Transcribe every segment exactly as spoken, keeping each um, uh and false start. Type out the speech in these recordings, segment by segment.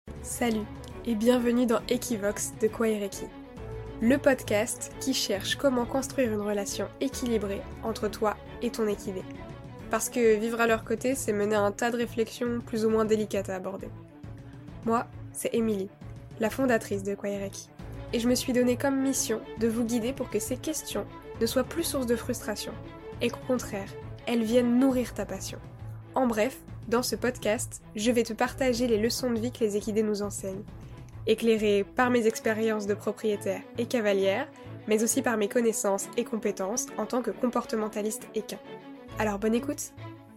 Salut et bienvenue dans Equivox de Kwaereki, le podcast qui cherche comment construire une relation équilibrée entre toi et ton équidé. Parce que vivre à leur côté, c'est mener un tas de réflexions plus ou moins délicates à aborder. Moi, c'est Émilie, la fondatrice de Kwaereki, et je me suis donné comme mission de vous guider pour que ces questions ne soient plus source de frustration, et qu'au contraire, elles viennent nourrir ta passion. En bref, dans ce podcast, je vais te partager les leçons de vie que les équidés nous enseignent, éclairées par mes expériences de propriétaire et cavalière, mais aussi par mes connaissances et compétences en tant que comportementaliste équin. Alors bonne écoute.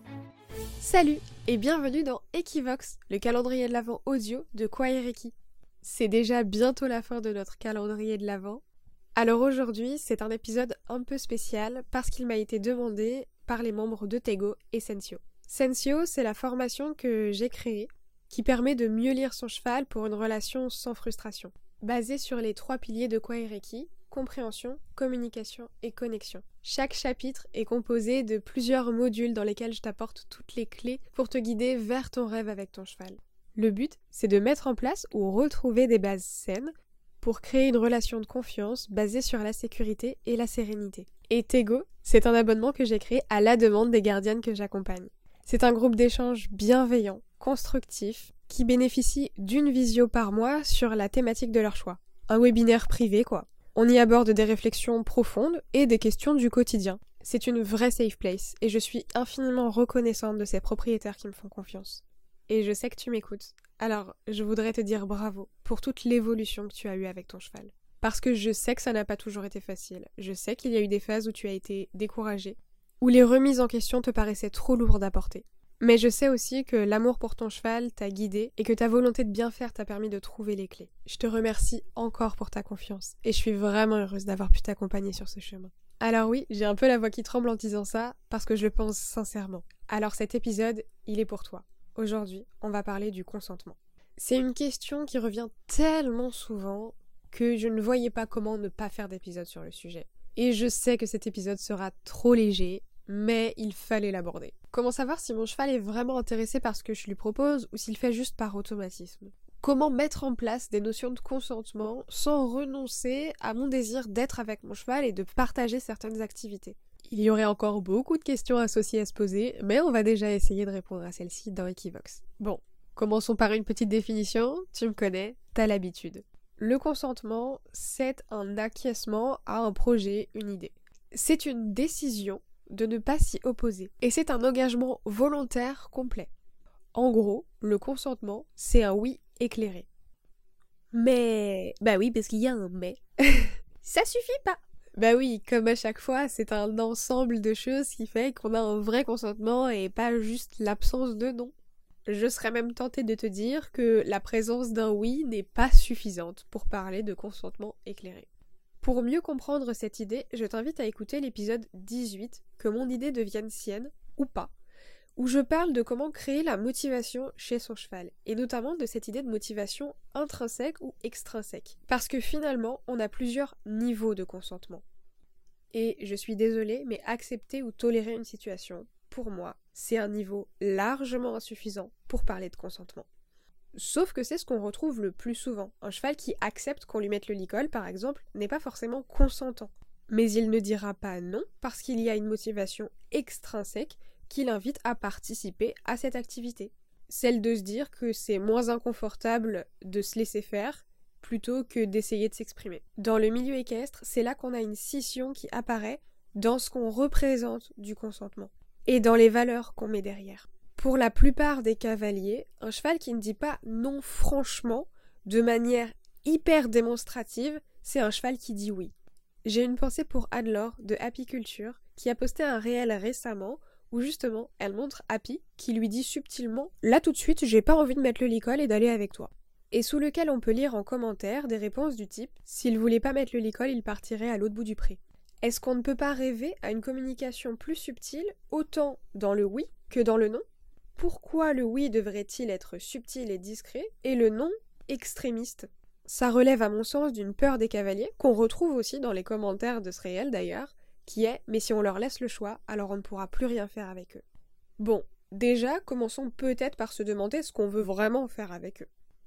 Salut et bienvenue dans Equivox, le calendrier de l'Avent audio de Kwaereki. C'est déjà bientôt la fin de notre calendrier de l'Avent. Alors aujourd'hui, c'est un épisode un peu spécial parce qu'il m'a été demandé par les membres de Tego et Sensio. Sensio, c'est la formation que j'ai créée qui permet de mieux lire son cheval pour une relation sans frustration, basée sur les trois piliers de Kwaereki, compréhension, communication et connexion. Chaque chapitre est composé de plusieurs modules dans lesquels je t'apporte toutes les clés pour te guider vers ton rêve avec ton cheval. Le but, c'est de mettre en place ou retrouver des bases saines pour créer une relation de confiance basée sur la sécurité et la sérénité. Et Tego, c'est un abonnement que j'ai créé à la demande des gardiennes que j'accompagne. C'est un groupe d'échange bienveillant, constructif, qui bénéficie d'une visio par mois sur la thématique de leur choix. Un webinaire privé, quoi. On y aborde des réflexions profondes et des questions du quotidien. C'est une vraie safe place, et je suis infiniment reconnaissante de ces propriétaires qui me font confiance. Et je sais que tu m'écoutes, alors je voudrais te dire bravo pour toute l'évolution que tu as eue avec ton cheval. Parce que je sais que ça n'a pas toujours été facile, je sais qu'il y a eu des phases où tu as été découragée, où les remises en question te paraissaient trop lourdes à porter. Mais je sais aussi que l'amour pour ton cheval t'a guidé et que ta volonté de bien faire t'a permis de trouver les clés. Je te remercie encore pour ta confiance et je suis vraiment heureuse d'avoir pu t'accompagner sur ce chemin. Alors oui, j'ai un peu la voix qui tremble en disant ça parce que je le pense sincèrement. Alors cet épisode, il est pour toi. Aujourd'hui, on va parler du consentement. C'est une question qui revient tellement souvent que je ne voyais pas comment ne pas faire d'épisode sur le sujet. Et je sais que cet épisode sera trop léger, mais il fallait l'aborder. Comment savoir si mon cheval est vraiment intéressé par ce que je lui propose ou s'il fait juste par automatisme? Comment mettre en place des notions de consentement sans renoncer à mon désir d'être avec mon cheval et de partager certaines activités? Il y aurait encore beaucoup de questions associées à se poser, mais on va déjà essayer de répondre à celles-ci dans Equivox. Bon, commençons par une petite définition, tu me connais, t'as l'habitude. Le consentement, c'est un acquiescement à un projet, une idée. C'est une décision de ne pas s'y opposer. Et c'est un engagement volontaire complet. En gros, le consentement, c'est un oui éclairé. Mais... Bah oui, parce qu'il y a un mais. Ça suffit pas. Bah oui, comme à chaque fois, c'est un ensemble de choses qui fait qu'on a un vrai consentement et pas juste l'absence de non. Je serais même tentée de te dire que la présence d'un oui n'est pas suffisante pour parler de consentement éclairé. Pour mieux comprendre cette idée, je t'invite à écouter l'épisode dix-huit, que mon idée devienne sienne, ou pas, où je parle de comment créer la motivation chez son cheval, et notamment de cette idée de motivation intrinsèque ou extrinsèque. Parce que finalement, on a plusieurs niveaux de consentement. Et je suis désolée, mais accepter ou tolérer une situation, pour moi, c'est un niveau largement insuffisant pour parler de consentement. Sauf que c'est ce qu'on retrouve le plus souvent. Un cheval qui accepte qu'on lui mette le licol, par exemple, n'est pas forcément consentant. Mais il ne dira pas non parce qu'il y a une motivation extrinsèque qui l'invite à participer à cette activité. Celle de se dire que c'est moins inconfortable de se laisser faire plutôt que d'essayer de s'exprimer. Dans le milieu équestre, c'est là qu'on a une scission qui apparaît dans ce qu'on représente du consentement et dans les valeurs qu'on met derrière. Pour la plupart des cavaliers, un cheval qui ne dit pas non franchement, de manière hyper démonstrative, c'est un cheval qui dit oui. J'ai une pensée pour Anne-Laure de Apiculture qui a posté un réel récemment où justement elle montre Happy qui lui dit subtilement « Là tout de suite, j'ai pas envie de mettre le licol et d'aller avec toi ». Et sous lequel on peut lire en commentaire des réponses du type « S'il voulait pas mettre le licol, il partirait à l'autre bout du pré ». Est-ce qu'on ne peut pas rêver à une communication plus subtile, autant dans le oui que dans le non ? Pourquoi le oui devrait-il être subtil et discret et le non extrémiste? Ça relève à mon sens d'une peur des cavaliers, qu'on retrouve aussi dans les commentaires de ce réel d'ailleurs, qui est « mais si on leur laisse le choix, alors on ne pourra plus rien faire avec eux ». Bon, déjà, commençons peut-être par se demander ce qu'on veut vraiment faire avec eux.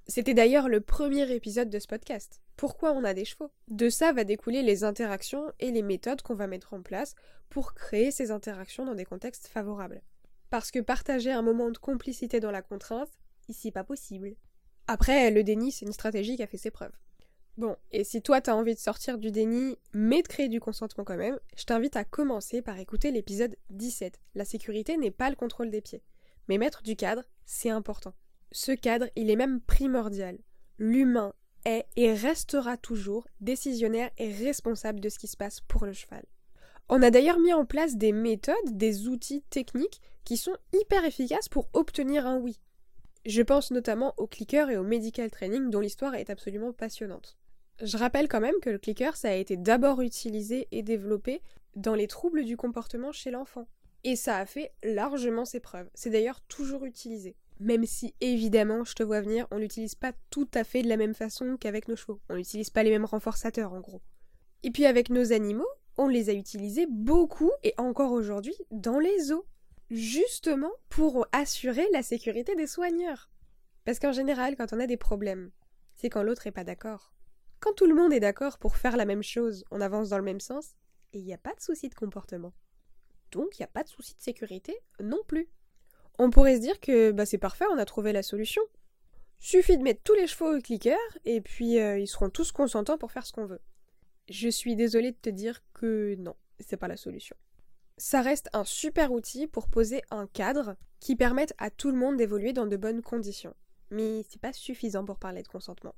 C'était d'ailleurs le premier épisode de ce podcast. Pourquoi on a des chevaux? De ça va découler les interactions et les méthodes qu'on va mettre en place pour créer ces interactions dans des contextes favorables. Parce que partager un moment de complicité dans la contrainte, ici pas possible. Après, le déni, c'est une stratégie qui a fait ses preuves. Bon, et si toi t'as envie de sortir du déni, mais de créer du consentement quand même, je t'invite à commencer par écouter l'épisode dix-sept. La sécurité n'est pas le contrôle des pieds. Mais mettre du cadre, c'est important. Ce cadre, il est même primordial. L'humain est et restera toujours décisionnaire et responsable de ce qui se passe pour le cheval. On a d'ailleurs mis en place des méthodes, des outils techniques qui sont hyper efficaces pour obtenir un oui. Je pense notamment au clicker et au medical training dont l'histoire est absolument passionnante. Je rappelle quand même que le clicker, ça a été d'abord utilisé et développé dans les troubles du comportement chez l'enfant. Et ça a fait largement ses preuves. C'est d'ailleurs toujours utilisé. Même si, évidemment, je te vois venir, on l'utilise pas tout à fait de la même façon qu'avec nos chevaux. On n'utilise pas les mêmes renforçateurs, en gros. Et puis avec nos animaux, on les a utilisés beaucoup, et encore aujourd'hui, dans les zoos. Justement pour assurer la sécurité des soigneurs. Parce qu'en général, quand on a des problèmes, c'est quand l'autre est pas d'accord. Quand tout le monde est d'accord pour faire la même chose, on avance dans le même sens, et il n'y a pas de souci de comportement. Donc il n'y a pas de souci de sécurité non plus. On pourrait se dire que bah, c'est parfait, on a trouvé la solution. Suffit de mettre tous les chevaux au clicker, et puis euh, ils seront tous consentants pour faire ce qu'on veut. Je suis désolée de te dire que non, c'est pas la solution. Ça reste un super outil pour poser un cadre qui permette à tout le monde d'évoluer dans de bonnes conditions. Mais c'est pas suffisant pour parler de consentement.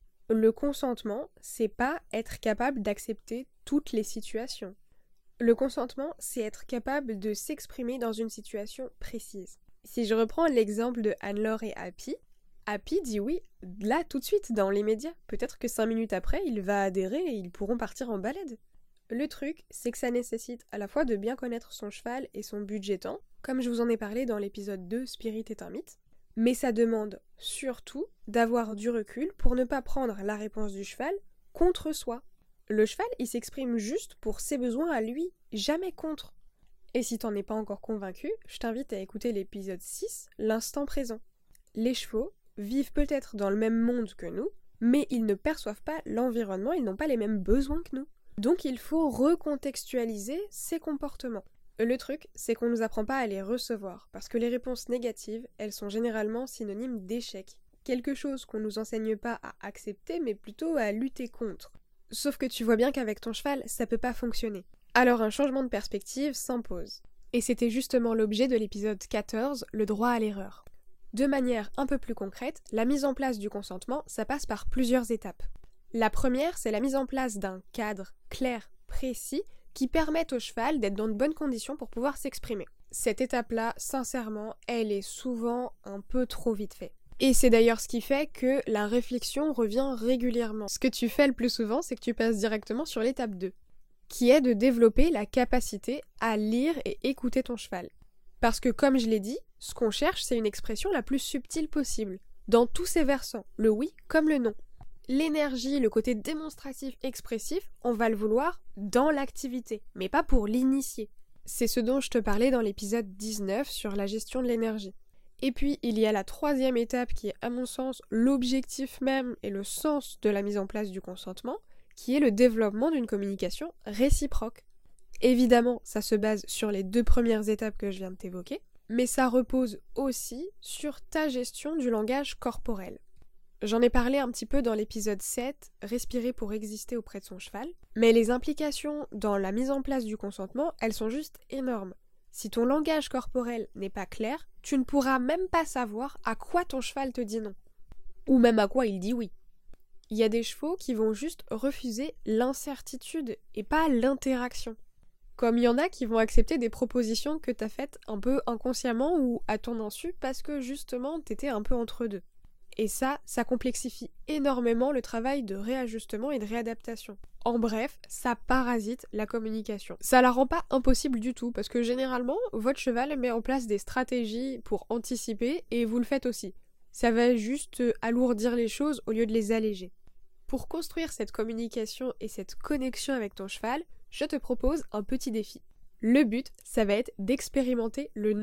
Le consentement, c'est pas être capable d'accepter toutes les situations. Le consentement, c'est être capable de s'exprimer dans une situation précise. Si je reprends l'exemple de Anne-Laure et Happy, Happy dit oui, là tout de suite, dans les médias. Peut-être que cinq minutes après, il va adhérer et ils pourront partir en balade. Le truc, c'est que ça nécessite à la fois de bien connaître son cheval et son budget temps, comme je vous en ai parlé dans l'épisode deux, Spirit est un mythe, mais ça demande surtout d'avoir du recul pour ne pas prendre la réponse du cheval contre soi. Le cheval, il s'exprime juste pour ses besoins à lui, jamais contre. Et si t'en es pas encore convaincu, je t'invite à écouter l'épisode six, l'instant présent. Les chevaux vivent peut-être dans le même monde que nous, mais ils ne perçoivent pas l'environnement, ils n'ont pas les mêmes besoins que nous. Donc il faut recontextualiser ces comportements. Le truc, c'est qu'on nous apprend pas à les recevoir, parce que les réponses négatives, elles sont généralement synonymes d'échec. Quelque chose qu'on nous enseigne pas à accepter, mais plutôt à lutter contre. Sauf que tu vois bien qu'avec ton cheval, ça peut pas fonctionner. Alors un changement de perspective s'impose. Et c'était justement l'objet de l'épisode quatorze, le droit à l'erreur. De manière un peu plus concrète, la mise en place du consentement, ça passe par plusieurs étapes. La première, c'est la mise en place d'un cadre clair, précis, qui permette au cheval d'être dans de bonnes conditions pour pouvoir s'exprimer. Cette étape-là, sincèrement, elle est souvent un peu trop vite faite. Et c'est d'ailleurs ce qui fait que la réflexion revient régulièrement. Ce que tu fais le plus souvent, c'est que tu passes directement sur l'étape deux, qui est de développer la capacité à lire et écouter ton cheval. Parce que comme je l'ai dit, ce qu'on cherche, c'est une expression la plus subtile possible, dans tous ses versants, le oui comme le non. L'énergie, le côté démonstratif, expressif, on va le vouloir dans l'activité, mais pas pour l'initier. C'est ce dont je te parlais dans l'épisode dix-neuf sur la gestion de l'énergie. Et puis, il y a la troisième étape qui est, à mon sens, l'objectif même et le sens de la mise en place du consentement, qui est le développement d'une communication réciproque. Évidemment, ça se base sur les deux premières étapes que je viens de t'évoquer, mais ça repose aussi sur ta gestion du langage corporel. J'en ai parlé un petit peu dans l'épisode sept, respirer pour exister auprès de son cheval, mais les implications dans la mise en place du consentement, elles sont juste énormes. Si ton langage corporel n'est pas clair, tu ne pourras même pas savoir à quoi ton cheval te dit non. Ou même à quoi il dit oui. Il y a des chevaux qui vont juste refuser l'incertitude et pas l'interaction. Comme il y en a qui vont accepter des propositions que t'as faites un peu inconsciemment ou à ton insu parce que justement t'étais un peu entre deux. Et ça, ça complexifie énormément le travail de réajustement et de réadaptation. En bref, ça parasite la communication. Ça la rend pas impossible du tout, parce que généralement, votre cheval met en place des stratégies pour anticiper, et vous le faites aussi. Ça va juste alourdir les choses au lieu de les alléger. Pour construire cette communication et cette connexion avec ton cheval, je te propose un petit défi. Le but, ça va être d'expérimenter le non.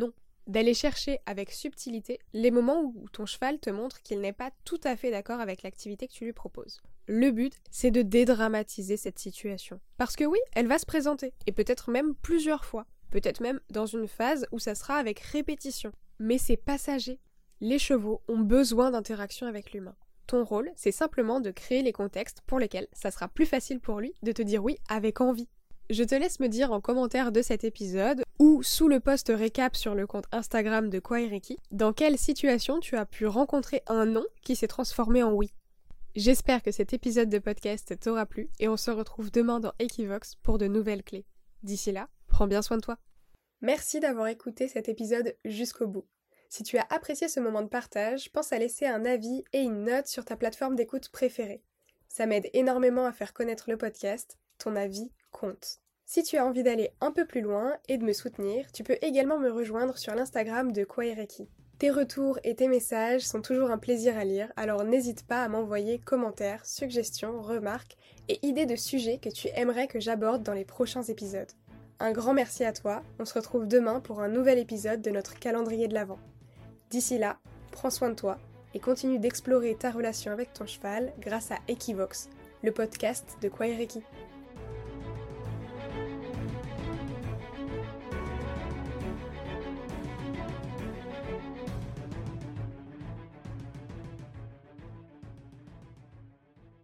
d'aller chercher avec subtilité les moments où ton cheval te montre qu'il n'est pas tout à fait d'accord avec l'activité que tu lui proposes. Le but, c'est de dédramatiser cette situation. Parce que oui, elle va se présenter, et peut-être même plusieurs fois, peut-être même dans une phase où ça sera avec répétition. Mais c'est passager. Les chevaux ont besoin d'interaction avec l'humain. Ton rôle, c'est simplement de créer les contextes pour lesquels ça sera plus facile pour lui de te dire oui avec envie. Je te laisse me dire en commentaire de cet épisode ou sous le post récap sur le compte Instagram de Kwaereki dans quelle situation tu as pu rencontrer un non qui s'est transformé en oui. J'espère que cet épisode de podcast t'aura plu et on se retrouve demain dans Equivox pour de nouvelles clés. D'ici là, prends bien soin de toi. Merci d'avoir écouté cet épisode jusqu'au bout. Si tu as apprécié ce moment de partage, pense à laisser un avis et une note sur ta plateforme d'écoute préférée. Ça m'aide énormément à faire connaître le podcast, ton avis compte. Si tu as envie d'aller un peu plus loin et de me soutenir, tu peux également me rejoindre sur l'Instagram de Kwaereki. Tes retours et tes messages sont toujours un plaisir à lire, alors n'hésite pas à m'envoyer commentaires, suggestions, remarques et idées de sujets que tu aimerais que j'aborde dans les prochains épisodes. Un grand merci à toi, on se retrouve demain pour un nouvel épisode de notre calendrier de l'Avent. D'ici là, prends soin de toi et continue d'explorer ta relation avec ton cheval grâce à Equivox, le podcast de Kwaereki.